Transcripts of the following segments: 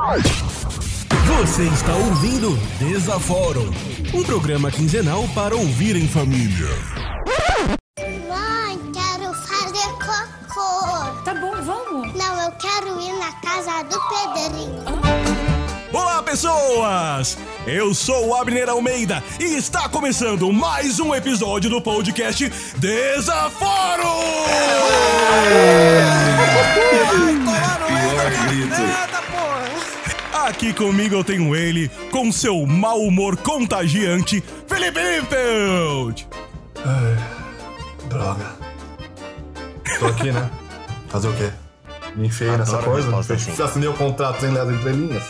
Você está ouvindo Desaforo, um programa quinzenal para ouvir em família. Mãe, quero fazer cocô. Tá bom, vamos. Não, eu quero ir na casa do Pedrinho. Olá, pessoas! Eu sou o Abner Almeida e está começando mais um episódio do podcast Desaforo! Aqui comigo eu tenho ele, com seu mau humor contagiante, Felipe Lippelt! Droga. Tô aqui, né? Fazer o quê? Me enfiei nessa coisa? Assinei o contrato sem ler as entrelinhas?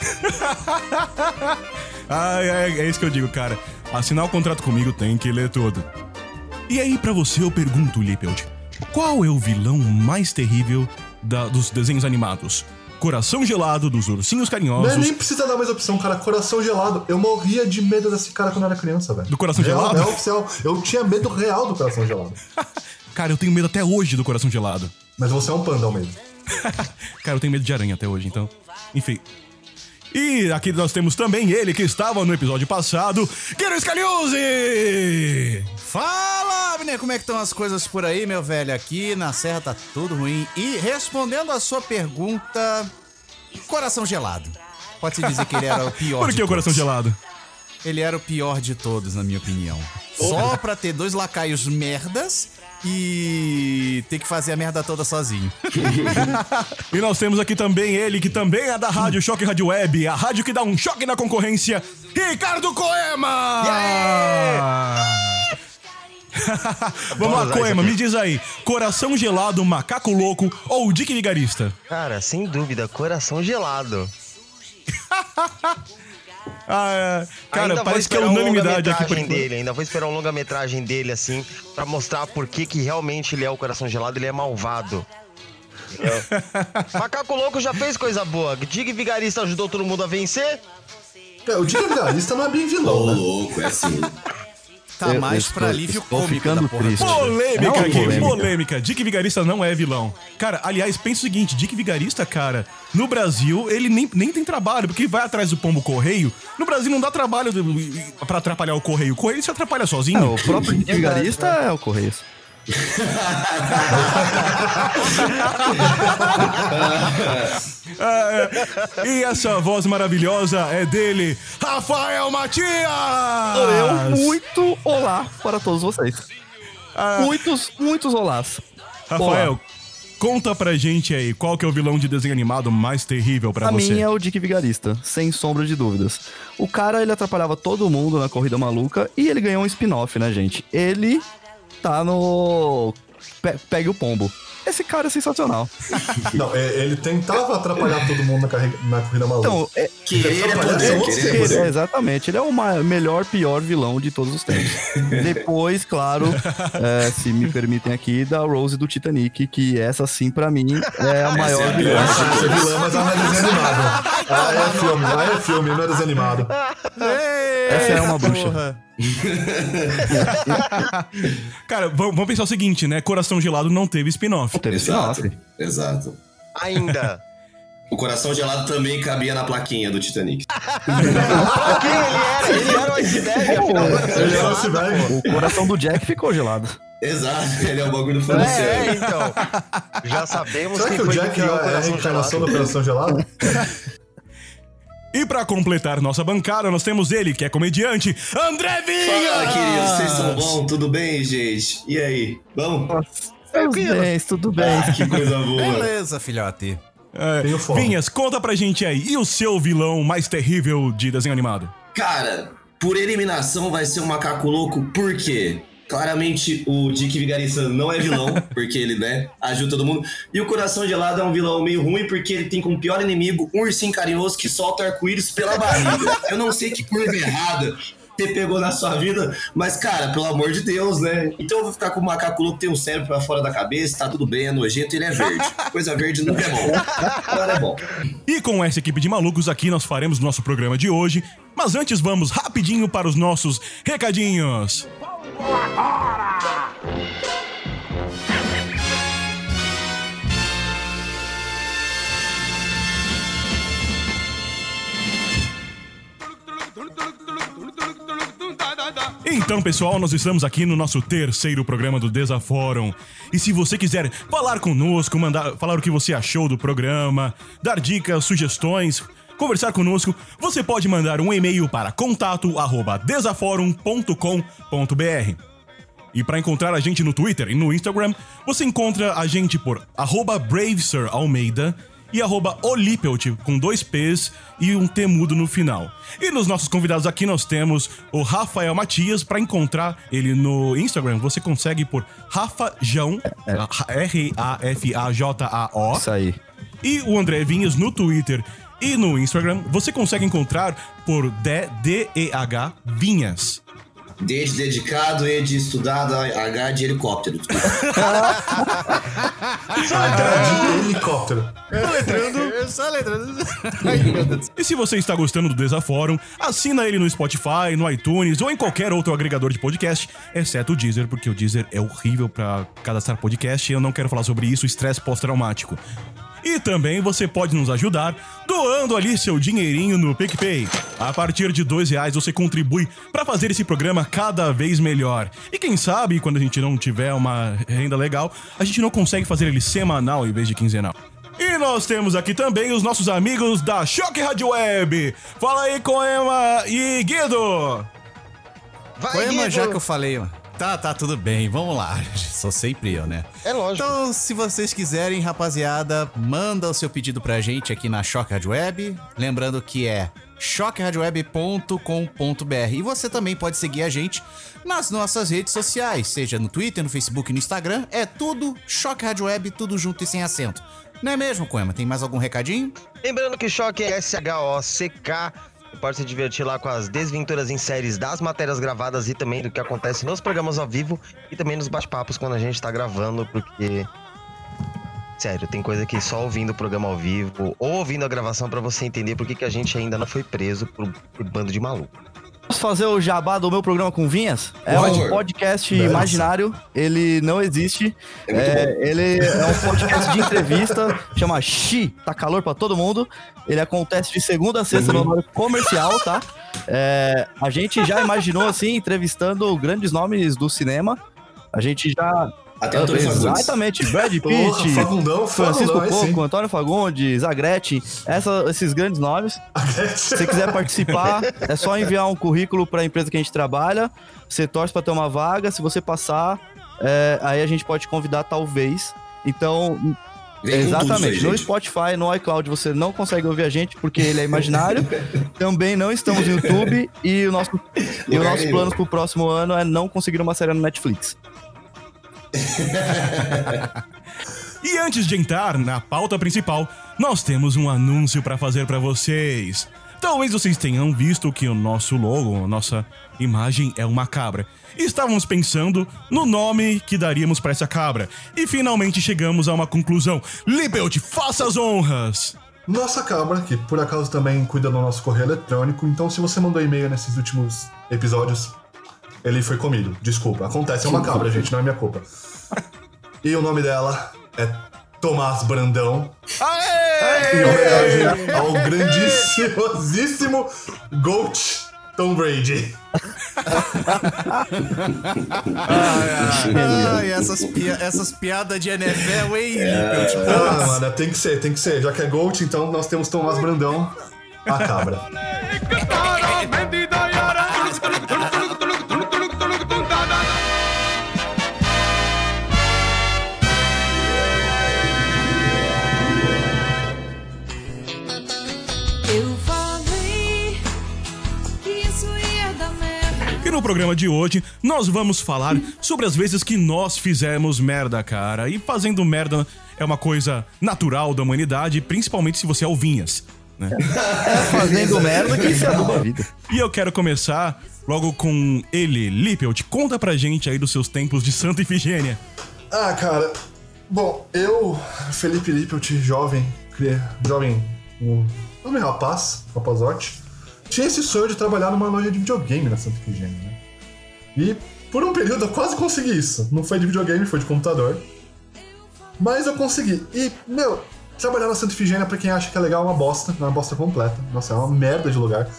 É isso que eu digo, cara. Assinar o contrato comigo tem que ler tudo. E aí, pra você, eu pergunto, Lippelt, qual é o vilão mais terrível dos desenhos animados? Coração Gelado, dos Ursinhos Carinhosos... Nem precisa dar mais opção, cara. Coração Gelado. Eu morria de medo desse cara quando eu era criança, velho. Do Coração Gelado? É oficial. Eu tinha medo real do Coração Gelado. Cara, eu tenho medo até hoje do Coração Gelado. Mas você é um panda, Almeida. Cara, eu tenho medo de aranha até hoje, então... Enfim... E aqui nós temos também ele que estava no episódio passado, Guilherme Scaliuzzi! Fala, Abner, como é que estão as coisas por aí, meu velho? Aqui na Serra tá tudo ruim. E respondendo a sua pergunta, Coração Gelado. Pode-se dizer que ele era o pior Por que o Coração Gelado? Ele era o pior de todos, na minha opinião. Só pra ter dois lacaios merdas e ter que fazer a merda toda sozinho. E nós temos aqui também ele, que também é da Rádio Choque Rádio Web, a rádio que dá um choque na concorrência, Ricardo Coema! Vamos lá, Coema, me diz aí, Coração Gelado, Macaco Louco ou Dick Vigarista? Cara, sem dúvida, Coração Gelado. Cara, ainda parece que é unanimidade aqui por dele. Ainda vou esperar um longa-metragem dele, assim, pra mostrar por que realmente ele é o Coração Gelado, ele é malvado. Macaco Louco já fez coisa boa. Dick Vigarista ajudou todo mundo a vencer. O Dick Vigarista não é bem vilão, né? Louco, é assim. Tá mais pra alívio cômico da porra. Polêmica aqui, polêmica. Dick Vigarista não é vilão. Cara, aliás, pensa o seguinte, Dick Vigarista, cara, no Brasil, ele nem tem trabalho, porque vai atrás do pombo correio. No Brasil não dá trabalho pra atrapalhar o correio. O correio se atrapalha sozinho. O próprio Dick Vigarista é o correio. E essa voz maravilhosa é dele, Rafael Matias! Sou eu, muito olá para todos vocês. Muitos olás. Rafael, olá. Conta pra gente aí, qual que é o vilão de desenho animado mais terrível pra você? Pra mim é o Dick Vigarista, sem sombra de dúvidas. O cara, ele atrapalhava todo mundo na Corrida Maluca e ele ganhou um spin-off, né, gente? Ele tá no... Pegue o Pombo. Esse cara é sensacional. Não, ele tentava atrapalhar todo mundo na Corrida Maluca. Então, exatamente. Ele é o pior vilão de todos os tempos. Depois, claro, se me permitem aqui, da Rose do Titanic, que essa sim, pra mim, é a maior vilã. Essa é vilã, mas ela não é desenho animado. É filme, não é desenho animado. Essa é uma bruxa. Cara, vamos pensar o seguinte, né? Coração Gelado não teve spin-off. Exato. Ainda. O Coração Gelado também cabia na plaquinha do Titanic. Ele era o iceberg, afinal. O coração do Jack ficou gelado. Exato, ele é o bagulho francês. Então. Já sabemos. Será que o Jack é a reencarnação do Coração Gelado? E pra completar nossa bancada, nós temos ele, que é comediante, André Vinhas! Fala, queridos, vocês estão bom? Tudo bem, gente? E aí? Vamos? Tudo bem. Que coisa boa. Beleza, filhote. Vinhas, conta pra gente aí, e o seu vilão mais terrível de desenho animado? Cara, por eliminação vai ser o Macaco Louco, por quê? Claramente o Dick Vigarista não é vilão, porque ele, né, ajuda todo mundo. E o Coração Gelado é um vilão meio ruim, porque ele tem como pior inimigo um ursinho carinhoso que solta arco-íris pela barriga. Eu não sei que curva errada você pegou na sua vida, mas, cara, pelo amor de Deus, né? Então eu vou ficar com o Macaco Louco, tem um cérebro pra fora da cabeça, tá tudo bem, é nojento, ele é verde. Coisa verde nunca é bom. Agora é bom. E com essa equipe de malucos aqui, nós faremos nosso programa de hoje. Mas antes, vamos rapidinho para os nossos recadinhos. Agora! Então, pessoal, nós estamos aqui no nosso terceiro programa do Desafórum. E se você quiser falar conosco, falar o que você achou do programa, dar dicas, sugestões, conversar conosco, você pode mandar um e-mail para contato@desaforum.com.br. E para encontrar a gente no Twitter e no Instagram, você encontra a gente por @BraveSirAlmeida e @Olipelt, com 2 P's e um T mudo no final. E nos nossos convidados aqui nós temos o Rafael Matias. Para encontrar ele no Instagram, você consegue por Rafajão, Rafajao. Isso aí. E o André Vinhas no Twitter e no Instagram, você consegue encontrar por DEH Vinhas. D de dedicado, E de estudado, H de helicóptero. H de helicóptero. Só letrando. E se você está gostando do Desafórum, assina ele no Spotify, no iTunes ou em qualquer outro agregador de podcast, exceto o Deezer, porque o Deezer é horrível pra cadastrar podcast e eu não quero falar sobre isso, estresse pós-traumático. E também você pode nos ajudar doando ali seu dinheirinho no PicPay. A partir de R$2 você contribui para fazer esse programa cada vez melhor. E quem sabe, quando a gente não tiver uma renda legal, a gente não consegue fazer ele semanal em vez de quinzenal. E nós temos aqui também os nossos amigos da Choque Rádio Web. Fala aí, Coema e Guido. Coema, já que eu falei, mano. Tá, tudo bem, vamos lá. Sou sempre eu, né? É lógico. Então, se vocês quiserem, rapaziada, manda o seu pedido pra gente aqui na Choque Rádio Web. Lembrando que é choqueradioweb.com.br. E você também pode seguir a gente nas nossas redes sociais, seja no Twitter, no Facebook e no Instagram. É tudo Choque Rádio Web, tudo junto e sem acento. Não é mesmo, Coema? Tem mais algum recadinho? Lembrando que Choque é SHOCK. Você pode se divertir lá com as desventuras em séries das matérias gravadas e também do que acontece nos programas ao vivo e também nos bate-papos quando a gente tá gravando, porque... Sério, tem coisa que só ouvindo o programa ao vivo ou ouvindo a gravação pra você entender por que a gente ainda não foi preso por bando de maluco. Posso fazer o jabá do meu programa com Vinhas? É Pode. um podcast imaginário, ele não existe. Ele é um podcast de entrevista, chama Xi, tá calor pra todo mundo. Ele acontece de segunda a sexta no horário comercial, tá? A gente já imaginou, assim, entrevistando grandes nomes do cinema. A gente já... Até Antônio Fagundes. Exatamente, Brad Pitt, Fagundão, Francisco aí sim. Coco, Antônio Fagundes, Zagrete, esses grandes nomes. Se você quiser participar, é só enviar um currículo para a empresa que a gente trabalha. Você torce para ter uma vaga. Se você passar, aí a gente pode te convidar, talvez. Então, exatamente. No Spotify, no iCloud, você não consegue ouvir a gente porque ele é imaginário. Também não estamos no YouTube. E o nosso plano pro próximo ano é não conseguir uma série no Netflix. E antes de entrar na pauta principal, nós temos um anúncio para fazer para vocês. Talvez vocês tenham visto que o nosso logo, a nossa imagem é uma cabra. E estávamos pensando no nome que daríamos para essa cabra. E finalmente chegamos a uma conclusão. Lippelt, faça as honras! Nossa cabra, que por acaso também cuida do nosso correio eletrônico, então se você mandou e-mail nesses últimos episódios, ele foi comido. Desculpa, acontece, é uma cabra, gente, não é minha culpa. E o nome dela é Tomás Brandão. Aê! Em homenagem ao grandíssimo GOAT Tom Brady. Essas piadas de NFL, hein? Mano, tem que ser. Já que é GOAT, então nós temos Tomás Brandão, a cabra. E no programa de hoje, nós vamos falar sobre as vezes que nós fizemos merda, cara. E fazendo merda é uma coisa natural da humanidade, principalmente se você é Vinhas, né? Fazendo merda que isso é a vida. E eu quero começar logo com ele, Lippelt. Conta pra gente aí dos seus tempos de Santa Ifigênia. Ah, cara... Bom, eu, Felipe Lippelt, jovem, rapazote, tinha esse sonho de trabalhar numa loja de videogame na Santa Ifigênia, né? E por um período eu quase consegui isso. Não foi de videogame, foi de computador. Mas eu consegui. E, trabalhar na Santa Ifigênia, pra quem acha que é legal, é uma bosta. Não é uma bosta completa. Nossa, é uma merda de lugar.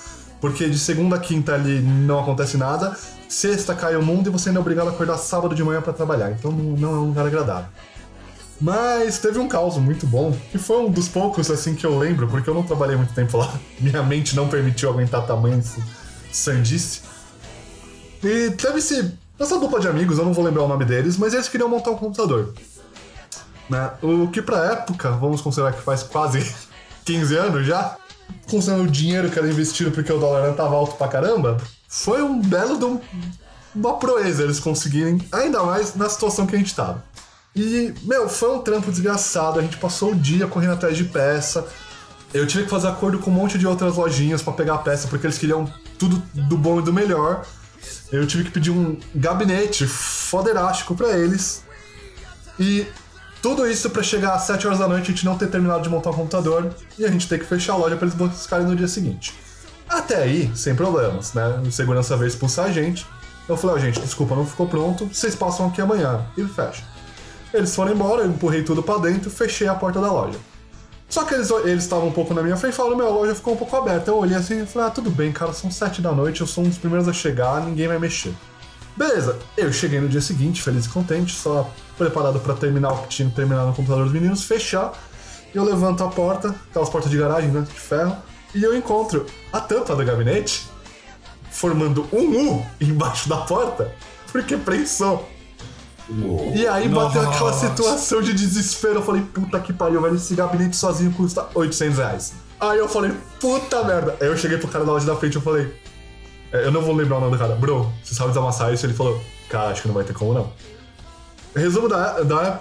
Porque de segunda a quinta ali não acontece nada, sexta cai o mundo e você ainda é obrigado a acordar sábado de manhã pra trabalhar. Então não é um lugar agradável. Mas teve um caos muito bom, que foi um dos poucos assim que eu lembro, porque eu não trabalhei muito tempo lá. Minha mente não permitiu aguentar tamanho sandice. E teve essa dupla de amigos, eu não vou lembrar o nome deles, mas eles queriam montar um computador. Né? O que pra época, vamos considerar que faz quase 15 anos já, considerando o dinheiro que era investido porque o dólar tava alto pra caramba, foi um belo de uma proeza eles conseguirem, ainda mais na situação que a gente tava. E, foi um trampo desgraçado, a gente passou o dia correndo atrás de peça. Eu tive que fazer acordo com um monte de outras lojinhas pra pegar a peça, porque eles queriam tudo do bom e do melhor. Eu tive que pedir um gabinete foderástico pra eles. E tudo isso pra chegar às 7 horas da noite, a gente não ter terminado de montar o computador e a gente ter que fechar a loja pra eles buscarem no dia seguinte. Até aí, sem problemas, né? O segurança veio expulsar a gente. Eu falei, gente, desculpa, não ficou pronto, vocês passam aqui amanhã. E fecha. Eles foram embora, eu empurrei tudo pra dentro, fechei a porta da loja. Só que eles estavam um pouco na minha frente e falaram, a loja ficou um pouco aberta. Eu olhei assim e falei, tudo bem, cara, são 7 da noite, eu sou um dos primeiros a chegar, ninguém vai mexer. Beleza, eu cheguei no dia seguinte, feliz e contente, só preparado pra terminar o que tinha que terminar no computador dos meninos, fechar. Eu levanto a porta, aquelas portas de garagem, né, de ferro, e eu encontro a tampa do gabinete formando um U embaixo da porta, porque prensou. E aí bateu aquela situação de desespero. Eu falei, puta que pariu, velho, esse gabinete sozinho custa R$800. Aí eu falei, puta merda. Aí eu cheguei pro cara da loja da frente e eu falei, eu não vou lembrar o nome do cara, bro, você sabe desamassar isso? Ele falou, cara, acho que não vai ter como não. Resumo da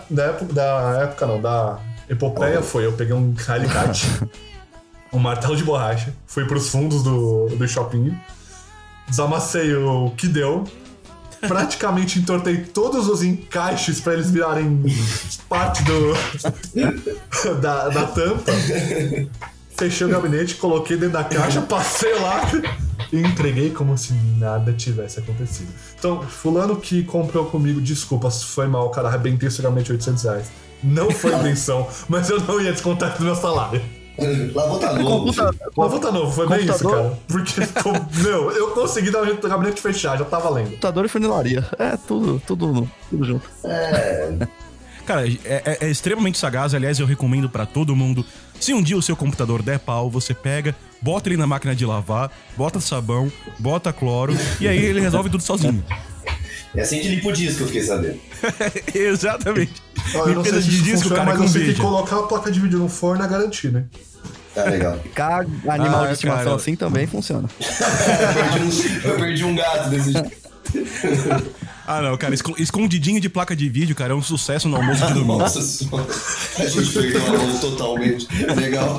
epopeia foi, eu peguei um alicate, um martelo de borracha, fui pros fundos do shopping, desamassei o que deu, praticamente entortei todos os encaixes pra eles virarem parte da tampa. Fechei o gabinete, coloquei dentro da caixa, passei lá e entreguei como se nada tivesse acontecido. Então, fulano que comprou comigo, desculpa, foi mal, cara, arrebentei esse gabinete de R$800. Não foi intenção, mas eu não ia descontar isso do meu salário. Lavou tá novo. Lavou tá novo, foi bem isso, cara. Porque, eu consegui dar o gabinete fechar, já tá valendo. Computador e funilaria. Tudo junto. Cara, é extremamente sagaz. Aliás, eu recomendo pra todo mundo. Se um dia o seu computador der pau, você pega, bota ele na máquina de lavar, bota sabão, bota cloro, e aí ele resolve tudo sozinho. É assim que limpa o disco, eu fiquei sabendo. Exatamente. Eu não sei se isso disco, funciona, cara, mas você tem que colocar a placa de vídeo no forno e garantir, né? Tá legal. Animal de estimação cara, assim também funciona. Eu perdi um gato desse jeito. Não, cara, escondidinho de placa de vídeo, cara, é um sucesso no almoço de domingo. Nossa senhora. A gente perdeu a mão totalmente. Legal.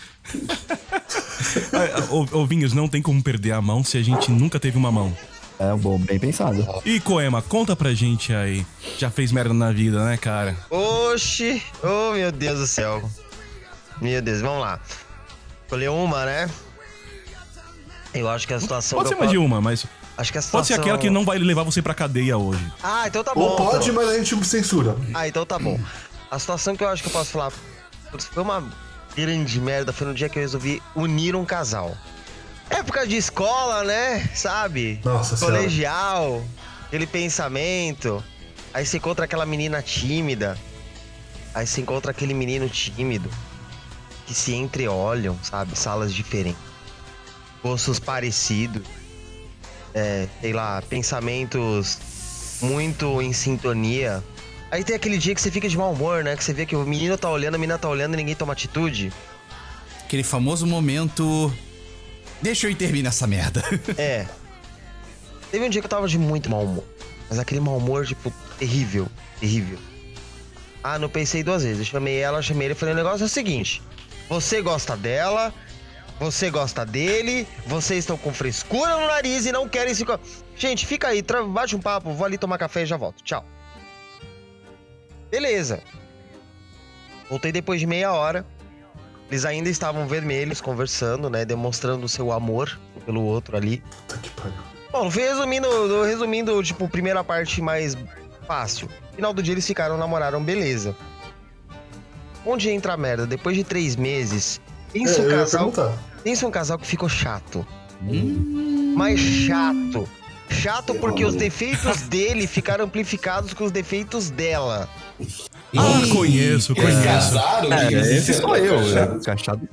Vinhos, não tem como perder a mão se a gente nunca teve uma mão. É bom, bem pensado. E Coema, conta pra gente aí. Já fez merda na vida, né, cara? Oxi! Oh, meu Deus do céu. Meu Deus, vamos lá. Escolhi uma, né? Eu acho que a situação... Pode ser mais de uma, mas... Acho que a situação... Pode ser aquela que não vai levar você pra cadeia hoje. Então tá bom. Ou pode, mas a gente censura. Então tá bom. A situação que eu acho que eu posso falar... Foi uma grande merda. Foi no dia que eu resolvi unir um casal. Época de escola, né? Sabe? Nossa colegial, senhora. Aquele pensamento. Aí você encontra aquela menina tímida. Aí você encontra aquele menino tímido. Que se entreolham, sabe? Salas diferentes. Gostos parecidos. Sei lá, pensamentos muito em sintonia. Aí tem aquele dia que você fica de mau humor, né? Que você vê que o menino tá olhando, a menina tá olhando e ninguém toma atitude. Aquele famoso momento... Deixa eu intervir nessa merda. Teve um dia que eu tava de muito mau humor. Mas aquele mau humor, tipo, terrível. Terrível. Não pensei 2 vezes. Eu chamei ele e falei, o negócio é o seguinte. Você gosta dela, você gosta dele, vocês estão com frescura no nariz e não querem se... Gente, fica aí, bate um papo, vou ali tomar café e já volto. Tchau. Beleza. Voltei depois de meia hora. Eles ainda estavam vermelhos, conversando, né? Demonstrando o seu amor pelo outro ali. Puta que pariu. Bom, resumindo, tipo, primeira parte mais fácil. Final do dia eles ficaram, namoraram, beleza. Onde entra a merda? Depois de 3 meses, pensa um casal que ficou chato. Mas chato. Chato porque os defeitos dele ficaram amplificados com os defeitos dela. Conheço. Eles casaram? Esse sou eu. Cachado.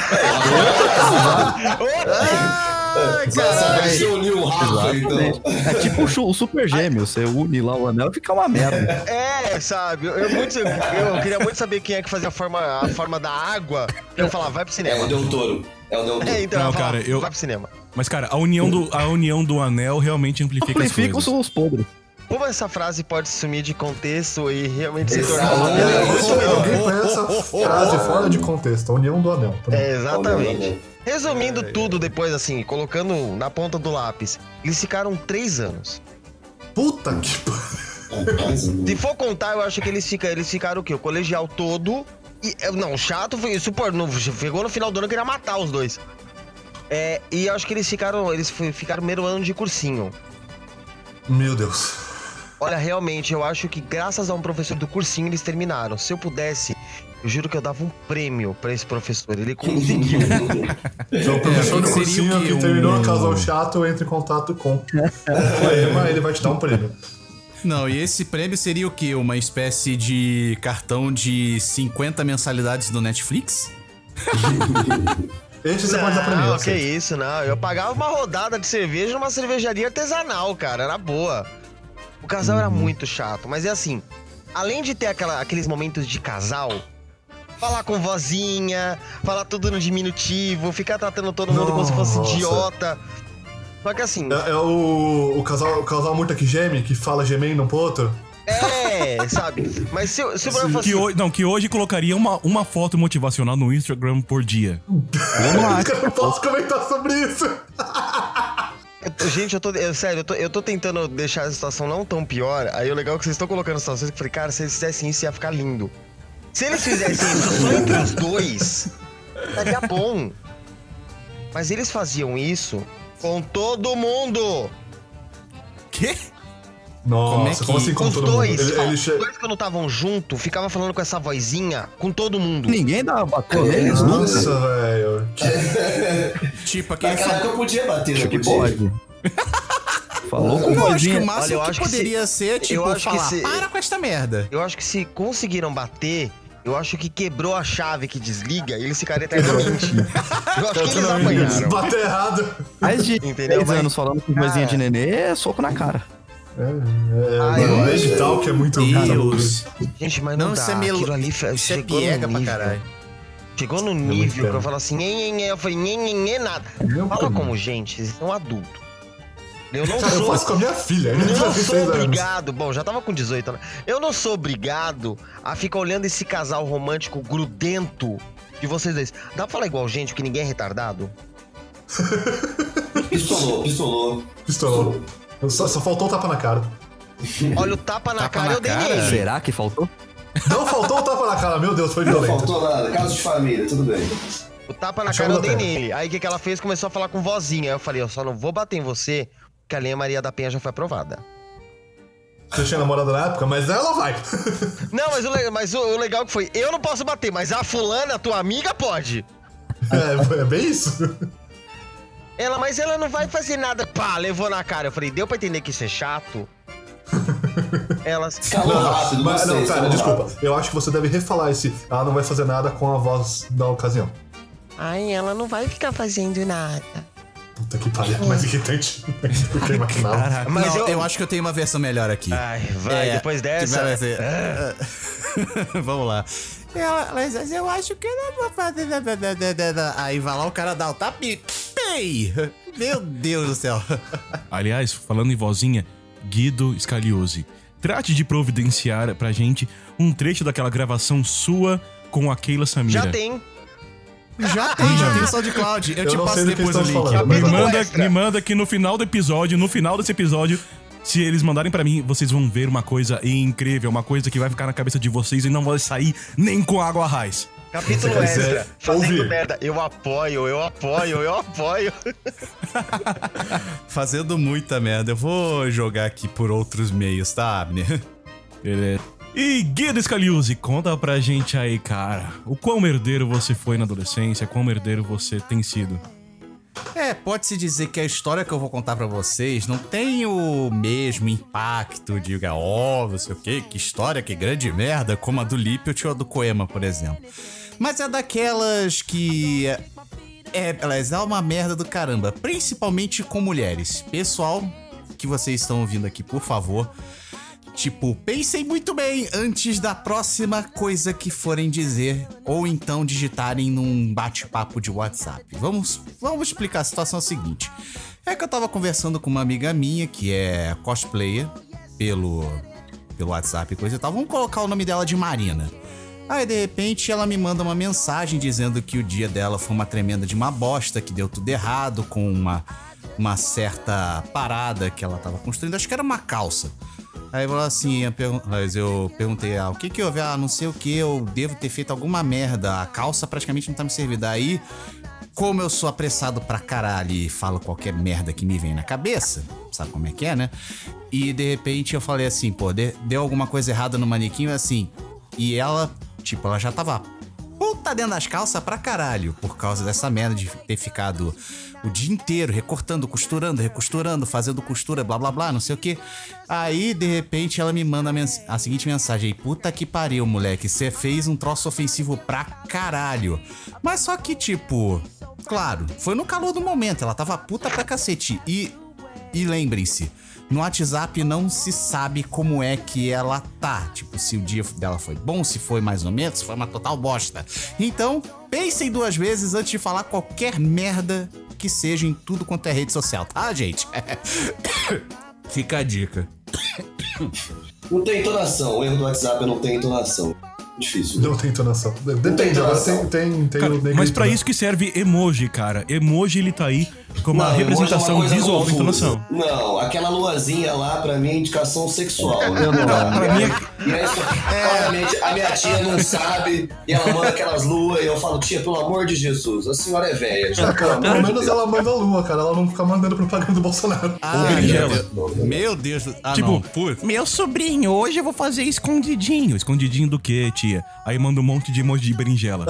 Você vai se unir o Rafa, então. É tipo o Super Gêmeo. Você une lá o anel e fica uma merda. Sabe? Eu queria muito saber quem é que fazia a forma da água. Eu falava, vai pro É cinema. o Del Toro. Então Não, eu falava, cara, vai pro cinema. Mas, cara, a união do anel realmente amplifica as Amplifica coisas. os podres. Como essa frase pode sumir de contexto e realmente se tornar uma Alguém piada muito melhor? põe essa frase fora de contexto. A união do anel. Também. Exatamente. Resumindo tudo depois, assim, colocando na ponta do lápis, eles ficaram 3 anos. Puta que pariu. Se for contar, eu acho que eles ficaram o quê? O colegial todo. Não, chato foi isso, pô, chegou no final do ano que queria matar os dois. E eu acho que eles ficaram primeiro ano de cursinho. Meu Deus. Olha, realmente, eu acho que graças a um professor do cursinho eles terminaram. Se eu pudesse, eu juro que eu dava um prêmio pra esse professor. Ele conseguiu. Então, o professor do seria cursinho o quê? que terminou a casal chato entra em contato com o Ema, ele vai te dar um prêmio. Não, e esse prêmio seria o quê? Uma espécie de cartão de 50 mensalidades do Netflix? Esse você pode dar pra mim. eu Não, que aceito. isso, não. Eu pagava uma rodada de cerveja numa cervejaria artesanal, cara. Era boa. O casal era muito chato, mas é assim, além de ter aqueles momentos de casal, falar com vozinha, falar tudo no diminutivo, ficar tratando todo mundo como se fosse Nossa. idiota. Só que assim, É o casal muito que geme, que fala gemendo um pro outro. sabe? Mas se o problema fosse... Que hoje colocaria uma foto motivacional no Instagram por dia. Eu não posso comentar sobre isso. Gente, sério, eu tô tentando deixar a situação não tão pior. Aí o legal é que vocês estão colocando situações que eu falei, cara, se eles fizessem isso ia ficar lindo. Se eles fizessem isso só entre os dois, estaria bom. Mas eles faziam isso com todo mundo. Quê? Nossa, como assim com Os todo dois, mundo? os dois quando estavam junto, ficava falando com essa vozinha com todo mundo. Ninguém dá bateu neles, não? Nossa, velho. Tipo, aquele... Naquela época eu podia bater, Acho né? que Podia. pode. Falou com Eu acho que o vozinha. máximo Olha, eu que acho que poderia ser, tipo, eu acho que falar, se- para com esta merda. Eu acho que se conseguiram bater, eu acho que quebrou a chave que desliga e eles ficaram eternamente. Eu acho que eles apanharam. Bater errado. Mais de Entendeu? 10 Mas- anos falando com vozinha de nenê é soco na cara. O Lady Talk é muito Deus. Gente, mas não, Não, dá. isso é meio... Aquilo ali Isso é chegou piega no pra nível. caralho. Chegou no nível que eu falo assim, eu falei, nada. Fala como gente, vocês são adultos. Eu não Cara, eu sou... faço com a minha filha. Eu Ela não tem sou 16 anos. obrigado, bom, já tava com 18, né? Eu não sou obrigado a ficar olhando esse casal romântico grudento de vocês dois. Dá pra falar igual gente, que ninguém é retardado? Pistolou. Pistolou. Só faltou o tapa na cara. Olha, o tapa na Tapa cara na eu dei cara? nele. Será que faltou? Não faltou o tapa na cara, meu Deus, foi Não violento. faltou nada. Caso de família, tudo bem. O tapa na Achou cara eu da dei terra. nele. Aí o que ela fez? Começou a falar com vozinha. Aí eu falei, eu só não vou bater em você, porque a Lei Maria da Penha já foi aprovada. Você tinha namorada na época, mas ela vai. Não, mas o legal que foi, eu não posso bater, mas a fulana, tua amiga, pode. É bem isso. Mas ela não vai fazer nada. Pá, levou na cara. Eu falei, deu pra entender que isso é chato? Escalou rápido, Mas, você, não, cara, escalou desculpa. rápido. Eu acho que você deve refalar esse. Ela não vai fazer nada com a voz da ocasião. Ai, ela não vai ficar fazendo nada. Puta que pariu, mais irritante do que eu imaginava. Mas Não, eu acho que eu tenho uma versão melhor aqui. Ai, vai, depois dessa. Vai ser- Vamos lá. Mas eu acho que eu não vou fazer. Aí vai lá, o cara dá o tapa e. Pei! Meu Deus do céu. Aliás, falando em vozinha, Guido Scaliose, trate de providenciar pra gente um trecho daquela gravação sua com a Keila Samira. Já tem. Já tem o SoundCloud. Eu te não passo sei do que depois o estão link. falando, Me mas- extra. manda que no final desse episódio, se eles mandarem pra mim, vocês vão ver uma coisa incrível, uma coisa que vai ficar na cabeça de vocês e não vai sair nem com água a raiz. Capítulo Se quiser extra. Fazendo ouvir. merda. Eu apoio. Fazendo muita merda. Eu vou jogar aqui por outros meios, tá, Abner? Beleza. E Guido Scaliose, conta pra gente aí, cara, o quão herdeiro você foi na adolescência, quão herdeiro você tem sido. Pode-se dizer que a história que eu vou contar pra vocês não tem o mesmo impacto de, não sei o quê, que história, que grande merda, como a do Lippelt ou a do Koema, por exemplo. Mas é daquelas que... elas dão uma merda do caramba, principalmente com mulheres. Pessoal, que vocês estão ouvindo aqui, por favor, tipo, pensem muito bem antes da próxima coisa que forem dizer ou então digitarem num bate-papo de WhatsApp. Vamos explicar a situação seguinte. É que eu tava conversando com uma amiga minha que é cosplayer pelo WhatsApp e coisa e tal. Vamos colocar o nome dela de Marina. Aí, de repente, ela me manda uma mensagem dizendo que o dia dela foi uma tremenda de uma bosta, que deu tudo errado com uma certa parada que ela tava construindo. Acho que era uma calça. Aí falou assim, mas eu perguntei, o que houve? Não sei o que, eu devo ter feito alguma merda. A calça praticamente não tá me servindo. Aí, como eu sou apressado pra caralho e falo qualquer merda que me vem na cabeça, sabe como é que é, né? E, de repente, eu falei assim, deu alguma coisa errada no manequim, assim... E ela, ela já tava puta dentro das calças pra caralho por causa dessa merda de ter ficado o dia inteiro recortando, recosturando, fazendo costura, blá blá blá, não sei o que. Aí, de repente, ela me manda a seguinte mensagem: puta que pariu, moleque, você fez um troço ofensivo pra caralho. Mas só que, claro, foi no calor do momento, ela tava puta pra cacete. E lembrem-se, no WhatsApp não se sabe como é que ela tá. Se o dia dela foi bom, se foi mais ou menos, se foi uma total bosta. Então, pensem 2 vezes antes de falar qualquer merda que seja em tudo quanto é rede social, tá, gente? Fica a dica. Não tem entonação. O erro do WhatsApp não tem entonação. Difícil. Não tem entonação. Depende, agora tem cara, o negrito. Mas pra isso que serve emoji, cara. Emoji, ele tá aí como uma representação visual da entonação. Não, aquela luazinha lá, pra mim, é indicação sexual. Pra mim claramente, a minha tia não sabe, e ela manda aquelas luas, e eu falo, tia, pelo amor de Jesus, a senhora é velha. Cara, pelo menos ela manda a lua, cara. Ela não fica mandando propaganda do Bolsonaro. Meu Deus. Não, meu sobrinho, hoje eu vou fazer escondidinho. Escondidinho do quê, tia? Aí manda um monte de emoji de berinjela.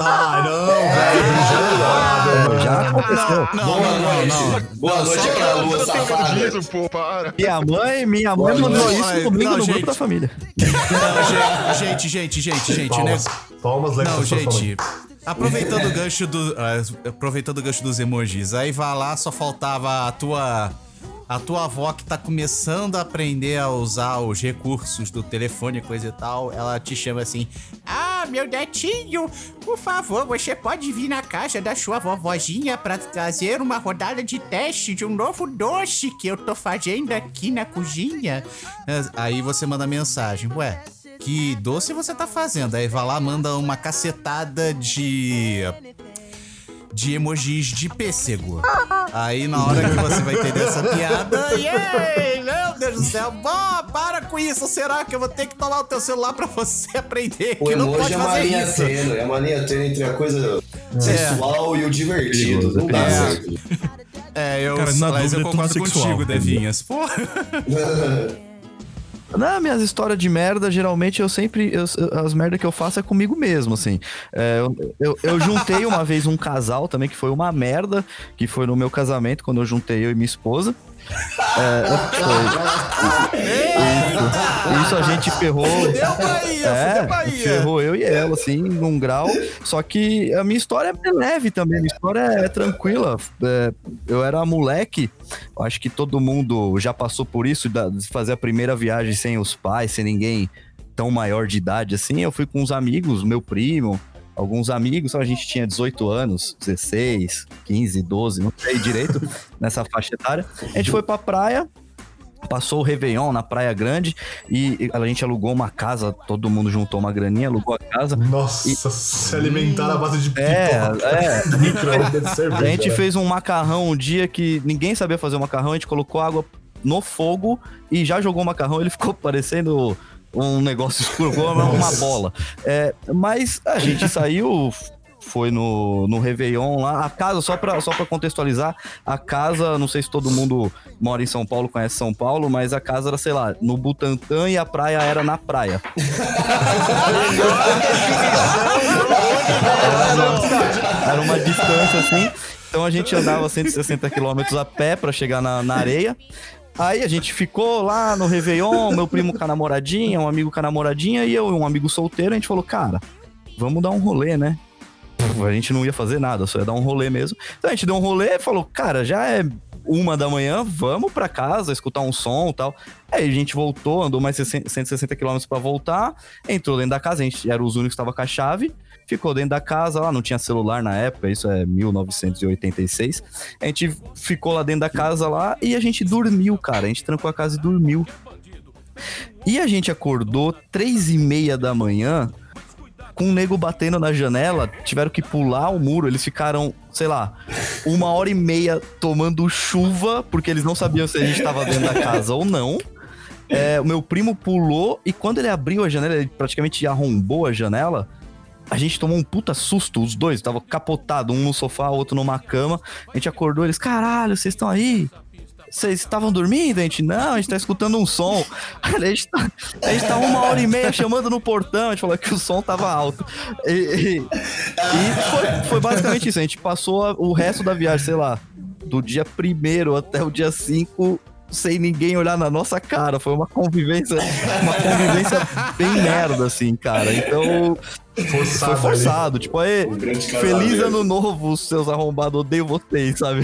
Velho. Já aconteceu. Boa noite, aquela lua safada. Minha mãe mandou isso comigo no grupo da família. Gente, Palmas né? Não, gente. Aproveitando o gancho dos emojis, aí vai lá, só faltava a tua avó que tá começando a aprender a usar os recursos do telefone, coisa e tal, ela te chama assim: meu netinho, por favor, você pode vir na casa da sua vovozinha pra trazer uma rodada de teste de um novo doce que eu tô fazendo aqui na cozinha? Aí você manda mensagem: ué, que doce você tá fazendo? Aí vai lá, manda uma cacetada de emojis de pêssego. Aí na hora que você vai entender essa piada, meu Deus do céu, para com isso, será que eu vou ter que tomar o teu celular pra você aprender que não pode fazer isso? É uma linha tênue entre a coisa sexual e o divertido, não dá certo. Mas eu concordo contigo, Devinhas, porra. Nas minhas histórias de merda, geralmente as merdas que eu faço é comigo mesmo, assim. Eu juntei uma vez um casal também, que foi uma merda, que foi no meu casamento, quando eu juntei eu e minha esposa. Isso a gente ferrou. Ferrou eu e ela, assim, num grau. Só que a minha história é leve também, minha história é tranquila. Eu era moleque, acho que todo mundo já passou por isso, de fazer a primeira viagem sem os pais, sem ninguém tão maior de idade assim. Eu fui com uns amigos, meu primo, alguns amigos, a gente tinha 18 anos, 16, 15, 12, não sei direito, nessa faixa etária. A gente foi pra praia, passou o Réveillon na Praia Grande e a gente alugou uma casa, todo mundo juntou uma graninha, alugou a casa. Nossa, se alimentar à base de pipoca. A gente fez um macarrão um dia que ninguém sabia fazer o macarrão, a gente colocou água no fogo e já jogou o macarrão, ele ficou parecendo um negócio escuro, uma bola. Mas a gente saiu, foi no Réveillon lá. A casa, só pra contextualizar, a casa, não sei se todo mundo mora em São Paulo, conhece São Paulo, mas a casa era, sei lá, no Butantã e a praia era na praia. Era uma distância assim. Então a gente andava 160 km a pé pra chegar na areia. Aí a gente ficou lá no Réveillon, meu primo com a namoradinha, um amigo com a namoradinha e eu e um amigo solteiro. A gente falou, cara, vamos dar um rolê, né? A gente não ia fazer nada, só ia dar um rolê mesmo. Então a gente deu um rolê e falou, cara, já é 1 da manhã, vamos pra casa, escutar um som e tal. Aí a gente voltou, andou mais 160 km pra voltar, entrou dentro da casa, a gente era os únicos que estavam com a chave, ficou dentro da casa, lá não tinha celular na época, isso é 1986. A gente ficou lá dentro da casa lá e a gente dormiu, cara, a gente trancou a casa e dormiu. E a gente acordou 3h30 da manhã, com um nego batendo na janela, tiveram que pular o muro, eles ficaram, sei lá, 1h30 tomando chuva, porque eles não sabiam se a gente tava dentro da casa ou não. O meu primo pulou e quando ele abriu a janela, ele praticamente arrombou a janela, a gente tomou um puta susto, os dois, tava capotado, um no sofá, o outro numa cama, a gente acordou, eles, caralho, vocês estão aí? Vocês estavam dormindo? A gente, não, a gente tá escutando um som. A gente tá 1h30 chamando no portão, a gente falou que o som tava alto. E foi basicamente isso, a gente passou o resto da viagem, sei lá, do dia 1º até o dia 5, sem ninguém olhar na nossa cara. Foi uma convivência bem merda, assim, cara. Então, foi forçado. Tipo, aí, feliz ano novo, seus arrombados, odeio vocês, sabe?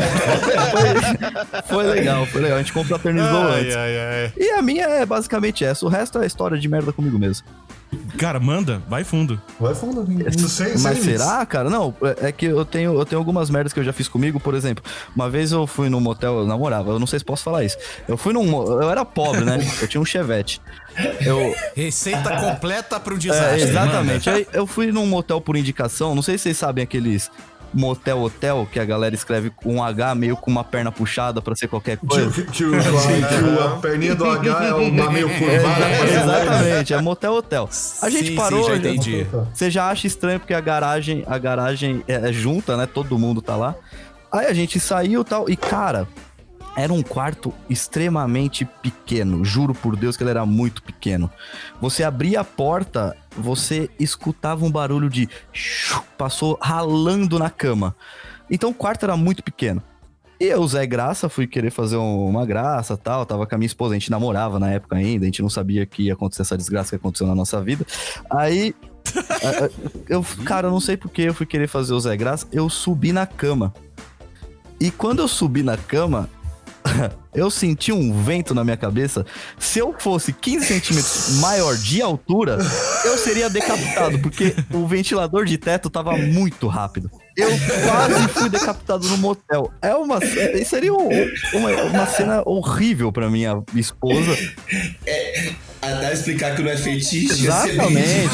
Foi legal. A gente confraternizou antes. E a minha é basicamente essa. O resto é história de merda comigo mesmo. Cara, manda, vai fundo. Vai fundo, mas será, cara? Não, é que eu tenho algumas merdas que eu já fiz comigo. Por exemplo, uma vez eu fui num motel, eu namorava, eu não sei se posso falar isso. Eu era pobre, né? Eu tinha um Chevette. Receita completa pro desastre. Exatamente. Aí eu fui num motel por indicação, não sei se vocês sabem aqueles motel hotel, que a galera escreve com um H meio com uma perna puxada pra ser qualquer coisa. A perninha do H é uma meio curvada. Exatamente, é motel hotel. A gente parou, já entendi. Você já acha estranho porque a garagem é junta, né? Todo mundo tá lá. Aí a gente saiu e tal, e cara, era um quarto extremamente pequeno. Juro por Deus que ele era muito pequeno. Você abria a porta, você escutava um barulho de... Passou ralando na cama. Então o quarto era muito pequeno. E eu, Zé Graça, fui querer fazer uma graça e tal. Tava com a minha esposa, a gente namorava na época ainda. A gente não sabia que ia acontecer essa desgraça que aconteceu na nossa vida. Aí... Cara, eu não sei por que eu fui querer fazer o Zé Graça. Eu subi na cama. E quando eu subi na cama... eu senti um vento na minha cabeça. Se eu fosse 15 centímetros maior de altura, eu seria decapitado, porque o ventilador de teto tava muito rápido. Eu quase fui decapitado no motel. Seria uma cena horrível pra minha esposa. Até explicar que não é fetiche. Exatamente.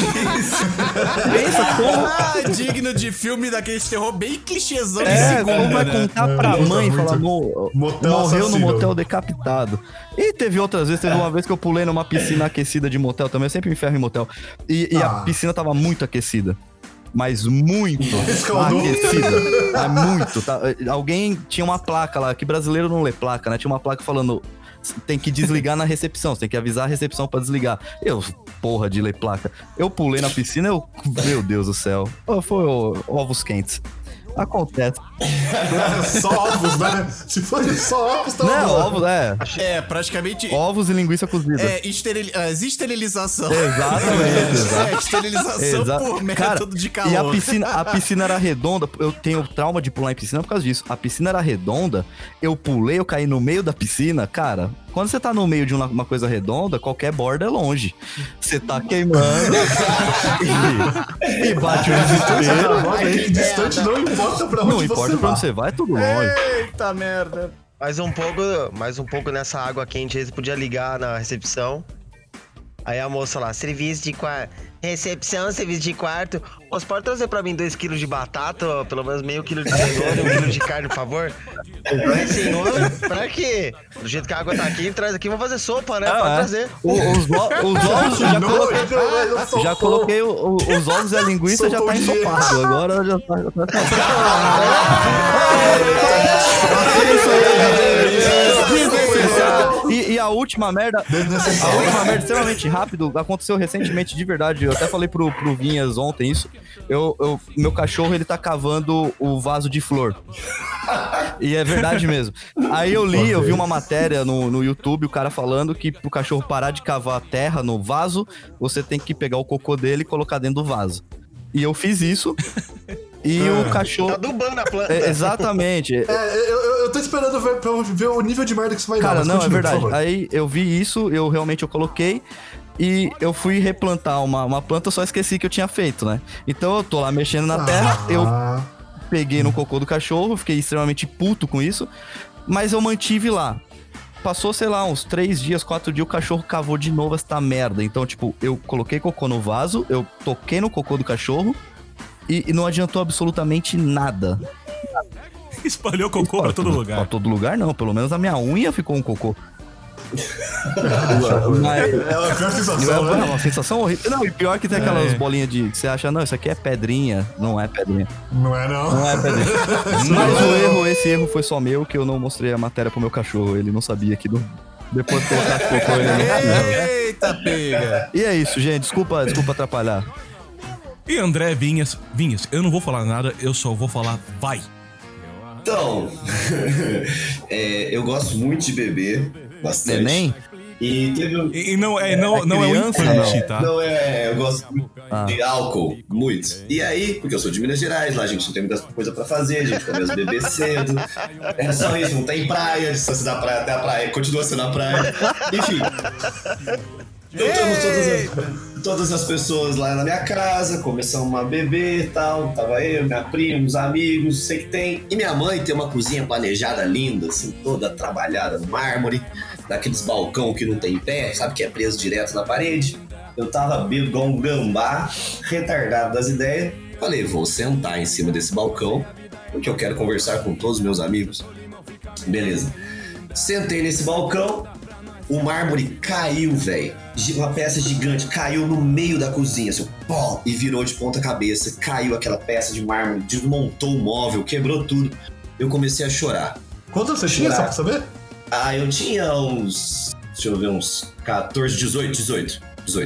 Pensa como... digno de filme daquele terror bem clichêzão. Como vai contar pra mãe e falar, morreu no motel decapitado. E teve outras vezes, teve uma vez que eu pulei numa piscina aquecida de motel também, eu sempre me ferro em motel. E a piscina tava muito aquecida. Mas muito aquecida. Muito. Tá? Alguém tinha uma placa lá, que brasileiro não lê placa, né? Tinha uma placa falando... Tem que desligar na recepção, você tem que avisar a recepção pra desligar. Porra de ler placa. Eu pulei na piscina, meu Deus do céu. Foi ovos quentes. Acontece. Só ovos, né? Se fosse só ovos, tá bom. Não, ovos, praticamente... Ovos e linguiça cozida. Esterilização. Exatamente. Esterilização por método de calor. E a piscina era redonda. Eu tenho trauma de pular em piscina por causa disso. A piscina era redonda, eu pulei, eu caí no meio da piscina. Cara, quando você tá no meio de uma coisa redonda, qualquer borda é longe. Você tá queimando e bate o desespero. Distante não importa pra onde não importa pra onde você vai, é tudo longe. Eita merda. Mais um pouco nessa água quente aí, você podia ligar na recepção. Aí a moça lá, serviço de quarto. Recepção, serviço de quarto. Você pode trazer pra mim 2 quilos de batata, pelo menos meio quilo de cenoura, 1 quilo de carne, por favor? Mas, senhor, pra quê? Do jeito que a água tá aqui, traz aqui, vou fazer sopa, né? Pode trazer. Os ovos, já coloquei os ovos e a linguiça já tá ensopado. Agora já tá... E a última merda. A última merda, extremamente rápido, aconteceu recentemente, de verdade. Eu até falei pro Vinhas ontem isso. Meu cachorro, ele tá cavando o vaso de flor. E é verdade mesmo. Aí eu vi uma matéria no YouTube, o cara falando que pro cachorro parar de cavar terra no vaso, você tem que pegar o cocô dele e colocar dentro do vaso. E eu fiz isso. E o cachorro... Tá adubando a planta. Exatamente. Eu tô esperando pra ver o nível de merda que isso vai dar. Cara, mas não, continua, é verdade. por favor. Aí eu vi isso, eu coloquei e eu fui replantar uma planta, eu só esqueci que eu tinha feito, né? Então eu tô lá mexendo na terra, eu peguei no cocô do cachorro, fiquei extremamente puto com isso, mas eu mantive lá. Passou, sei lá, uns 3 dias, 4 dias, o cachorro cavou de novo esta merda. Então, tipo, eu coloquei cocô no vaso, eu toquei no cocô do cachorro e não adiantou absolutamente nada. Espalhou cocô pra todo lugar. Pra todo lugar não, pelo menos a minha unha ficou um cocô. Mas... É a pior sensação, É né? uma sensação horrível. Não, e pior que tem aquelas bolinhas de... que você acha, não, isso aqui é pedrinha. Não é pedrinha. Não é, não. Não é pedrinha. Mas esse erro foi só meu, que eu não mostrei a matéria pro meu cachorro. Ele não sabia que depois de colocar cocô, ele não sabia. Eita, pega! E é isso, gente. Desculpa atrapalhar. E André Vinhas, eu não vou falar nada, eu só vou falar vai. Então, eu gosto muito de beber, bastante. Neném? E teve um... E não é um criança, infante, não. tá? Não, eu gosto muito de álcool, muito. E aí, porque eu sou de Minas Gerais, lá a gente não tem muita coisa pra fazer, a gente começa a beber cedo. É só isso, não tem praia, a distância da praia até a praia continua sendo a praia. Enfim. Juntamos todas as pessoas lá na minha casa, começamos a beber e tal. Tava eu, minha prima, os amigos, sei que tem. E minha mãe tem uma cozinha planejada linda, assim, toda trabalhada no mármore, daqueles balcão que não tem pé, sabe, que é preso direto na parede. Eu tava bêbado igual um gambá, retardado das ideias. Falei, vou sentar em cima desse balcão, porque eu quero conversar com todos os meus amigos. Beleza. Sentei nesse balcão, o mármore caiu, velho. Uma peça gigante caiu no meio da cozinha, assim, pó, e virou de ponta cabeça. Caiu aquela peça de mármore, desmontou o móvel, quebrou tudo. Eu comecei a chorar. Quantos você tinha, só pra saber? Ah, eu tinha uns... Deixa eu ver, uns 14, 18.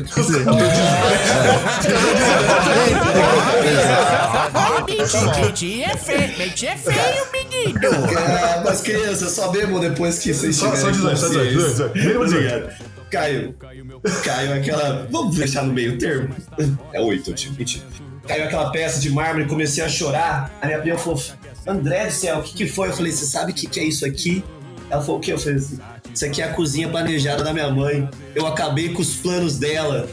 Mentinho é feio, menino. Mas criança, só bebam depois que vocês Só tiverem 18. Obrigado. Caiu aquela... Vamos deixar no meio termo? É 8, eu tive 20. Caiu aquela peça de mármore, comecei a chorar. A minha prima falou, André do céu, o que foi? Eu falei, você sabe o que é isso aqui? Ela falou, o que? Eu falei assim, isso aqui é a cozinha planejada da minha mãe. Eu acabei com os planos dela.